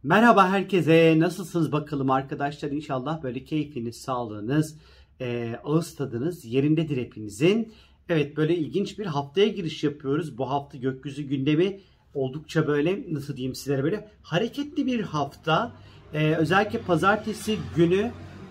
Merhaba herkese. Nasılsınız bakalım arkadaşlar? İnşallah böyle keyfiniz, sağlığınız, ağız tadınız yerindedir hepinizin. Evet, böyle ilginç bir haftaya giriş yapıyoruz. Bu hafta gökyüzü gündemi oldukça böyle, nasıl diyeyim sizlere, böyle hareketli bir hafta. Özellikle pazartesi günü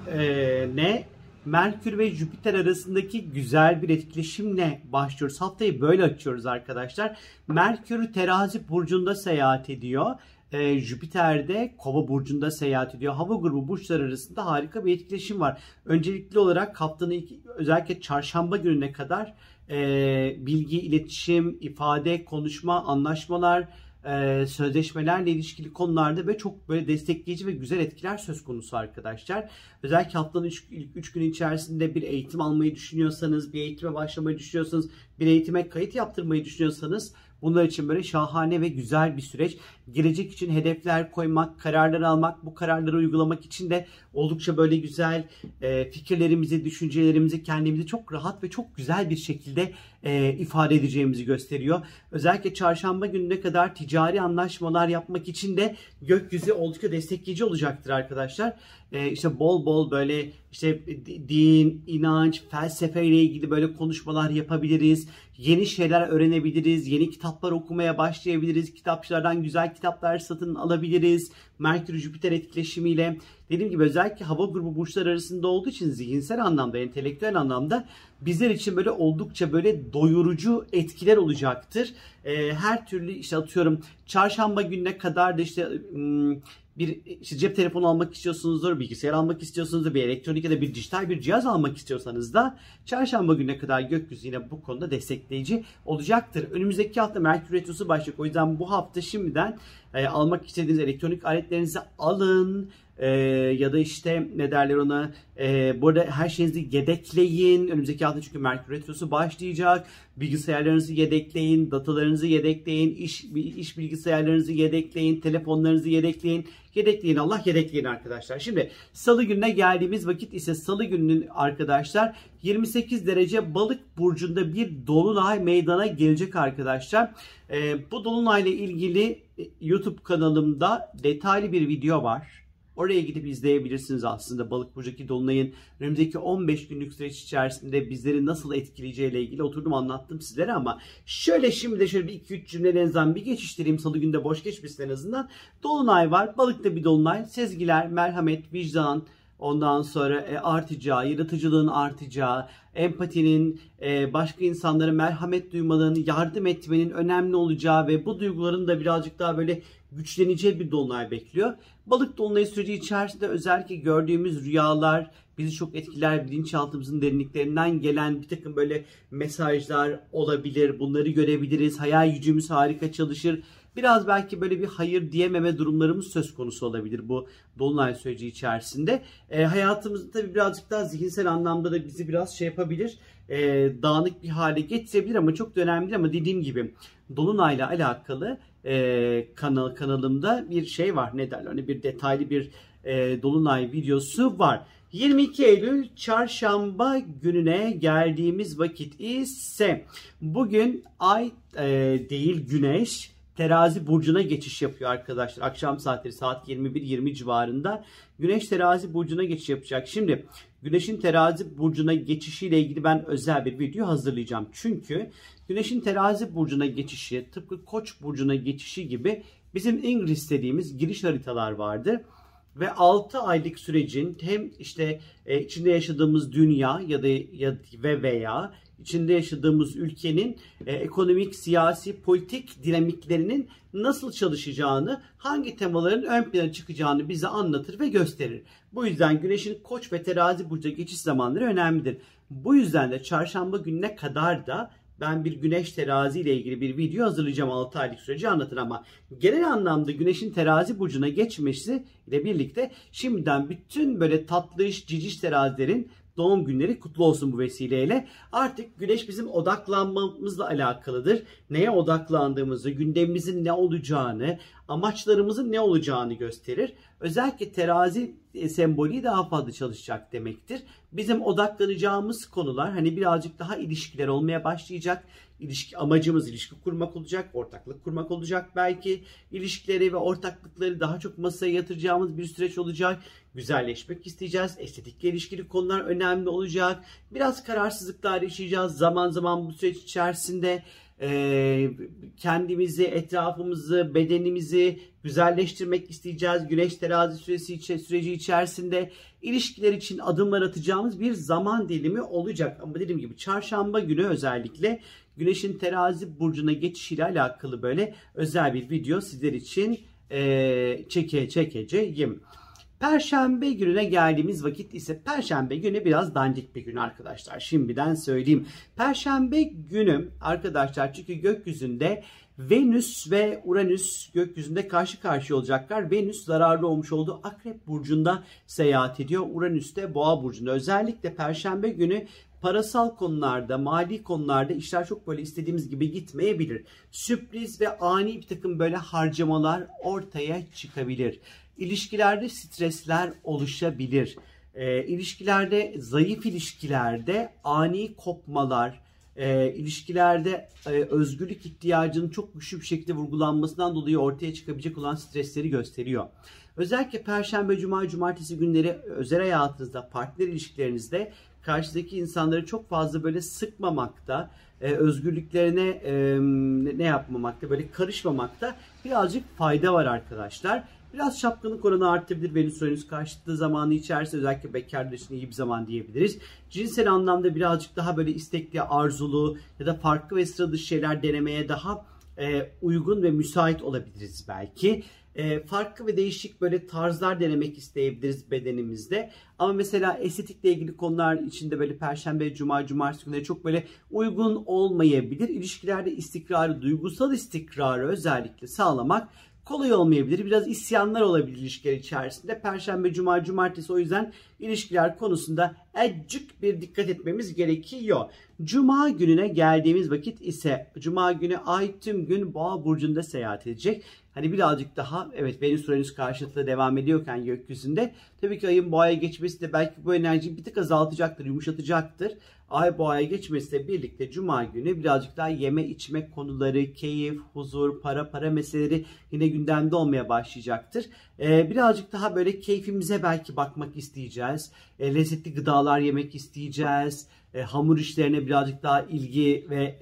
ne Merkür ve Jüpiter arasındaki güzel bir etkileşimle başlıyoruz. Haftayı böyle açıyoruz arkadaşlar. Merkür Terazi burcunda seyahat ediyor. Jüpiter de Kova burcunda seyahat ediyor. Hava grubu burçlar arasında harika bir etkileşim var. Öncelikli olarak haftanın özellikle çarşamba gününe kadar bilgi, iletişim, ifade, konuşma, anlaşmalar, sözleşmelerle ilişkili konularda ve çok böyle destekleyici ve güzel etkiler söz konusu arkadaşlar. Özellikle haftanın ilk 3 günü içerisinde bir eğitim almayı düşünüyorsanız, bir eğitime başlamayı düşünüyorsanız, bir eğitime kayıt yaptırmayı düşünüyorsanız, bunlar için böyle şahane ve güzel bir süreç. Gelecek için hedefler koymak, kararlar almak, bu kararları uygulamak için de oldukça böyle güzel fikirlerimizi, düşüncelerimizi, kendimizi çok rahat ve çok güzel bir şekilde ifade edeceğimizi gösteriyor. Özellikle çarşamba gününe kadar ticari anlaşmalar yapmak için de gökyüzü oldukça destekleyici olacaktır arkadaşlar. İşte bol bol böyle işte din, inanç, felsefe ile ilgili böyle konuşmalar yapabiliriz. Yeni şeyler öğrenebiliriz. Yeni kitaplar okumaya başlayabiliriz. Kitapçılardan güzel kitaplar satın alabiliriz. Merkür-Jüpiter etkileşimiyle. Dediğim gibi özellikle hava grubu burçlar arasında olduğu için zihinsel anlamda, entelektüel anlamda bizler için böyle oldukça böyle doyurucu etkiler olacaktır. Her türlü işte atıyorum çarşamba gününe kadar da işte işte cep telefonu almak istiyorsunuzdur, bilgisayar almak istiyorsunuzdur, bir elektronik ya da bir dijital bir cihaz almak istiyorsanız da çarşamba gününe kadar gökyüzü yine bu konuda destekleyici olacaktır. Önümüzdeki hafta Merkür Retrosu başlayacak. O yüzden bu hafta şimdiden almak istediğiniz elektronik aletlerinizi alın. Ya da işte ne derler ona, bu arada her şeyinizi yedekleyin. Önümüzdeki hafta çünkü Merkür Retrosu başlayacak. Bilgisayarlarınızı yedekleyin, datalarınızı yedekleyin, iş bilgisayarlarınızı yedekleyin, telefonlarınızı yedekleyin. Yedekleyin, Allah yedekleyin arkadaşlar. Şimdi salı gününe geldiğimiz vakit ise salı gününün arkadaşlar 28 derece balık burcunda bir dolunay meydana gelecek arkadaşlar. Bu dolunayla ilgili YouTube kanalımda detaylı bir video var. Oraya gidip izleyebilirsiniz aslında balık burcundaki dolunayın önümüzdeki 15 günlük süreç içerisinde bizleri nasıl etkileyeceğiyle ilgili oturdum anlattım sizlere, ama şimdi de şöyle bir 2-3 cümlelerinizden bir geçiştireyim, salı günde boş geçmesin en azından. Dolunay var, balıkta bir dolunay, sezgiler, merhamet, vicdan, ondan sonra artacağı, yaratıcılığın artacağı, empatinin, başka insanlara merhamet duymalarını, yardım etmenin önemli olacağı ve bu duyguların da birazcık daha böyle güçleneceği bir dolunay bekliyor. Balık dolunayı süreci içerisinde özellikle gördüğümüz rüyalar bizi çok etkiler. Bilinçaltımızın derinliklerinden gelen bir takım böyle mesajlar olabilir. Bunları görebiliriz. Hayal gücümüz harika çalışır. Biraz belki böyle bir hayır diyememe durumlarımız söz konusu olabilir bu dolunay süreci içerisinde. Hayatımızda tabii birazcık daha zihinsel anlamda da bizi biraz şey yapabilir. Dağınık bir hale getirebilir ama çok da önemli değil. Ama dediğim gibi dolunayla alakalı kanalımda bir şey var. Ne derler? Hani bir detaylı bir dolunay videosu var. 22 Eylül çarşamba gününe geldiğimiz vakit ise bugün ay değil güneş Terazi burcuna geçiş yapıyor arkadaşlar. Akşam saatleri saat 21:20 civarında Güneş Terazi burcuna geçiş yapacak. Şimdi Güneş'in Terazi burcuna geçişiyle ilgili ben özel bir video hazırlayacağım. Çünkü Güneş'in Terazi burcuna geçişi tıpkı Koç burcuna geçişi gibi bizim İngiliz dediğimiz giriş haritalar vardır. Ve 6 aylık sürecin hem işte içinde yaşadığımız dünya veya içinde yaşadığımız ülkenin ekonomik, siyasi, politik dinamiklerinin nasıl çalışacağını, hangi temaların ön plana çıkacağını bize anlatır ve gösterir. Bu yüzden Güneş'in Koç ve Terazi burcuna geçiş zamanları önemlidir. Bu yüzden de çarşamba gününe kadar da ben bir Güneş Terazi ile ilgili bir video hazırlayacağım, 6 aylık süreci anlatır, ama genel anlamda Güneş'in Terazi burcuna geçmesi ile birlikte şimdiden bütün böyle tatlış, ciciş terazilerin doğum günleri kutlu olsun bu vesileyle. Artık Güneş bizim odaklanmamızla alakalıdır. Neye odaklandığımızı, gündemimizin ne olacağını, amaçlarımızın ne olacağını gösterir. Özellikle terazi sembolü daha fazla çalışacak demektir. Bizim odaklanacağımız konular hani birazcık daha ilişkiler olmaya başlayacak. Amacımız ilişki kurmak olacak, ortaklık kurmak olacak belki. İlişkileri ve ortaklıkları daha çok masaya yatıracağımız bir süreç olacak. Güzelleşmek isteyeceğiz. Estetikle ilişkili konular önemli olacak. Biraz kararsızlıklar yaşayacağız. Zaman zaman bu süreç içerisinde kendimizi, etrafımızı, bedenimizi güzelleştirmek isteyeceğiz. Güneş terazi süreci içerisinde ilişkiler için adımlar atacağımız bir zaman dilimi olacak. Ama dediğim gibi çarşamba günü özellikle Güneş'in terazi burcuna geçişiyle alakalı böyle özel bir video sizler için çekeceğim. Perşembe gününe geldiğimiz vakit ise Perşembe günü biraz dandik bir gün arkadaşlar. Şimdiden söyleyeyim. Perşembe günü arkadaşlar çünkü gökyüzünde Venüs ve Uranüs gökyüzünde karşı karşıya olacaklar. Venüs zararlı olmuş olduğu Akrep burcunda seyahat ediyor. Uranüs de Boğa burcunda. Özellikle Perşembe günü parasal konularda, mali konularda işler çok böyle istediğimiz gibi gitmeyebilir. Sürpriz ve ani bir takım böyle harcamalar ortaya çıkabilir. İlişkilerde stresler oluşabilir. İlişkilerde, zayıf ilişkilerde ani kopmalar, ilişkilerde özgürlük ihtiyacının çok güçlü bir şekilde vurgulanmasından dolayı ortaya çıkabilecek olan stresleri gösteriyor. Özellikle Perşembe, Cuma, Cumartesi günleri özel hayatınızda, partner ilişkilerinizde karşıdaki insanları çok fazla böyle sıkmamakta, özgürlüklerine ne yapmamakta, böyle karışmamakta birazcık fayda var arkadaşlar. Biraz şapkınlık oranı artabilir. Venüs karşıtlığı zamanı içerisinde özellikle bekarlar için iyi bir zaman diyebiliriz. Cinsel anlamda birazcık daha böyle istekli, arzulu ya da farklı ve sıra dışı şeyler denemeye daha uygun ve müsait olabiliriz belki. Farklı ve değişik böyle tarzlar denemek isteyebiliriz bedenimizde. Ama mesela estetikle ilgili konular içinde böyle Perşembe, Cuma, Cumartesi günleri çok böyle uygun olmayabilir. İlişkilerde istikrarı, duygusal istikrarı özellikle sağlamak kolay olmayabilir. Biraz isyanlar olabilir ilişkiler içerisinde. Perşembe, Cuma, Cumartesi o yüzden ilişkiler konusunda azıcık bir dikkat etmemiz gerekiyor. Cuma gününe geldiğimiz vakit ise Cuma günü Ay tüm gün Boğa burcunda seyahat edecek. Hani birazcık daha evet Venüs karşıtlığı devam ediyorken gökyüzünde tabii ki ayın Boğa'ya geçmesi de belki bu enerjiyi bir tık azaltacaktır, yumuşatacaktır. Ay Boğa'ya geçmesiyle birlikte Cuma günü birazcık daha yeme içme konuları, keyif, huzur, para meseleleri yine gündemde olmaya başlayacaktır. Birazcık daha böyle keyfimize belki bakmak isteyeceğiz. Lezzetli gıdalar yemek isteyeceğiz. Hamur işlerine birazcık daha ilgi ve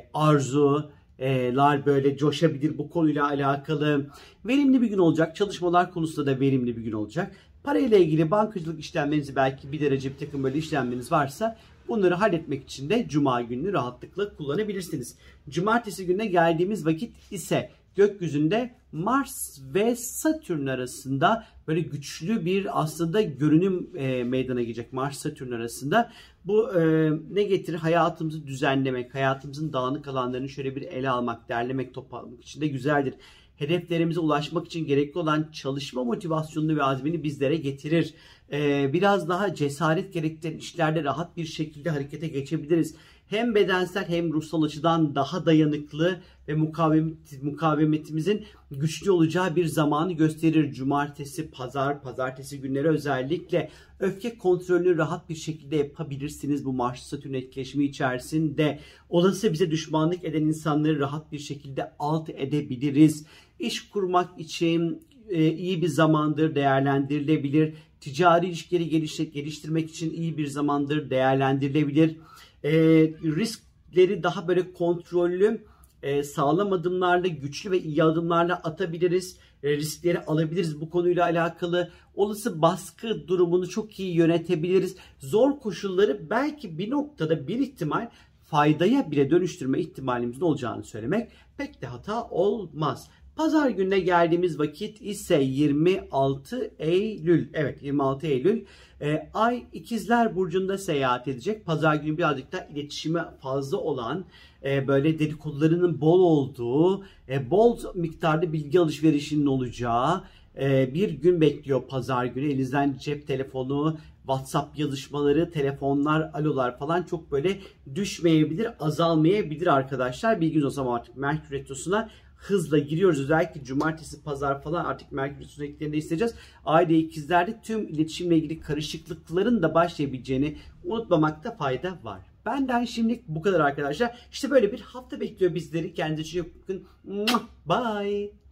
arzular böyle coşabilir bu konuyla alakalı. Verimli bir gün olacak. Çalışmalar konusunda da verimli bir gün olacak. Parayla ilgili bankacılık işlemlerinizi belki bir derece bir takım böyle işlemleriniz varsa bunları halletmek için de Cuma gününü rahatlıkla kullanabilirsiniz. Cumartesi gününe geldiğimiz vakit ise gökyüzünde Mars ve Satürn arasında böyle güçlü bir aslında görünüm meydana gelecek Mars-Satürn arasında. Bu ne getirir? Hayatımızı düzenlemek, hayatımızın dağınık alanlarını şöyle bir ele almak, derlemek, toplamak için de güzeldir. Hedeflerimize ulaşmak için gerekli olan çalışma motivasyonunu ve azmini bizlere getirir. Biraz daha cesaret gerektiren işlerde rahat bir şekilde harekete geçebiliriz. Hem bedensel hem ruhsal açıdan daha dayanıklı ve mukavemetimizin güçlü olacağı bir zamanı gösterir. Cumartesi, pazartesi günleri özellikle öfke kontrolünü rahat bir şekilde yapabilirsiniz bu Mars-Satürn etkileşimi içerisinde. Olası bize düşmanlık eden insanları rahat bir şekilde alt edebiliriz. İş kurmak için iyi bir zamandır, değerlendirilebilir. Ticari ilişkileri geliştirmek için iyi bir zamandır, değerlendirilebilir. Riskleri daha böyle kontrollü, sağlam adımlarla, güçlü ve iyi adımlarla atabiliriz. Riskleri alabiliriz bu konuyla alakalı. Olası baskı durumunu çok iyi yönetebiliriz. Zor koşulları belki bir noktada bir ihtimal faydaya bile dönüştürme ihtimalimizin olacağını söylemek pek de hata olmaz. Pazar gününe geldiğimiz vakit ise 26 Eylül. Evet 26 Eylül. Ay İkizler Burcu'nda seyahat edecek. Pazar günü birazcık da iletişime fazla olan, böyle dedikodularının bol olduğu, bol miktarda bilgi alışverişinin olacağı bir gün bekliyor pazar günü. Elinizden cep telefonu, WhatsApp yazışmaları, telefonlar, alolar falan çok böyle düşmeyebilir, azalmayabilir arkadaşlar. Bilginiz olsun ama artık Merkür Retrosu'na hızla giriyoruz. Özellikle cumartesi, pazar falan artık Merkür Retrosu'na eklerinde isteyeceğiz. Ayda ikizlerde tüm iletişimle ilgili karışıklıkların da başlayabileceğini unutmamakta fayda var. Benden şimdilik bu kadar arkadaşlar. İşte böyle bir hafta bekliyor bizleri. Kendinize çok bakın. Bye.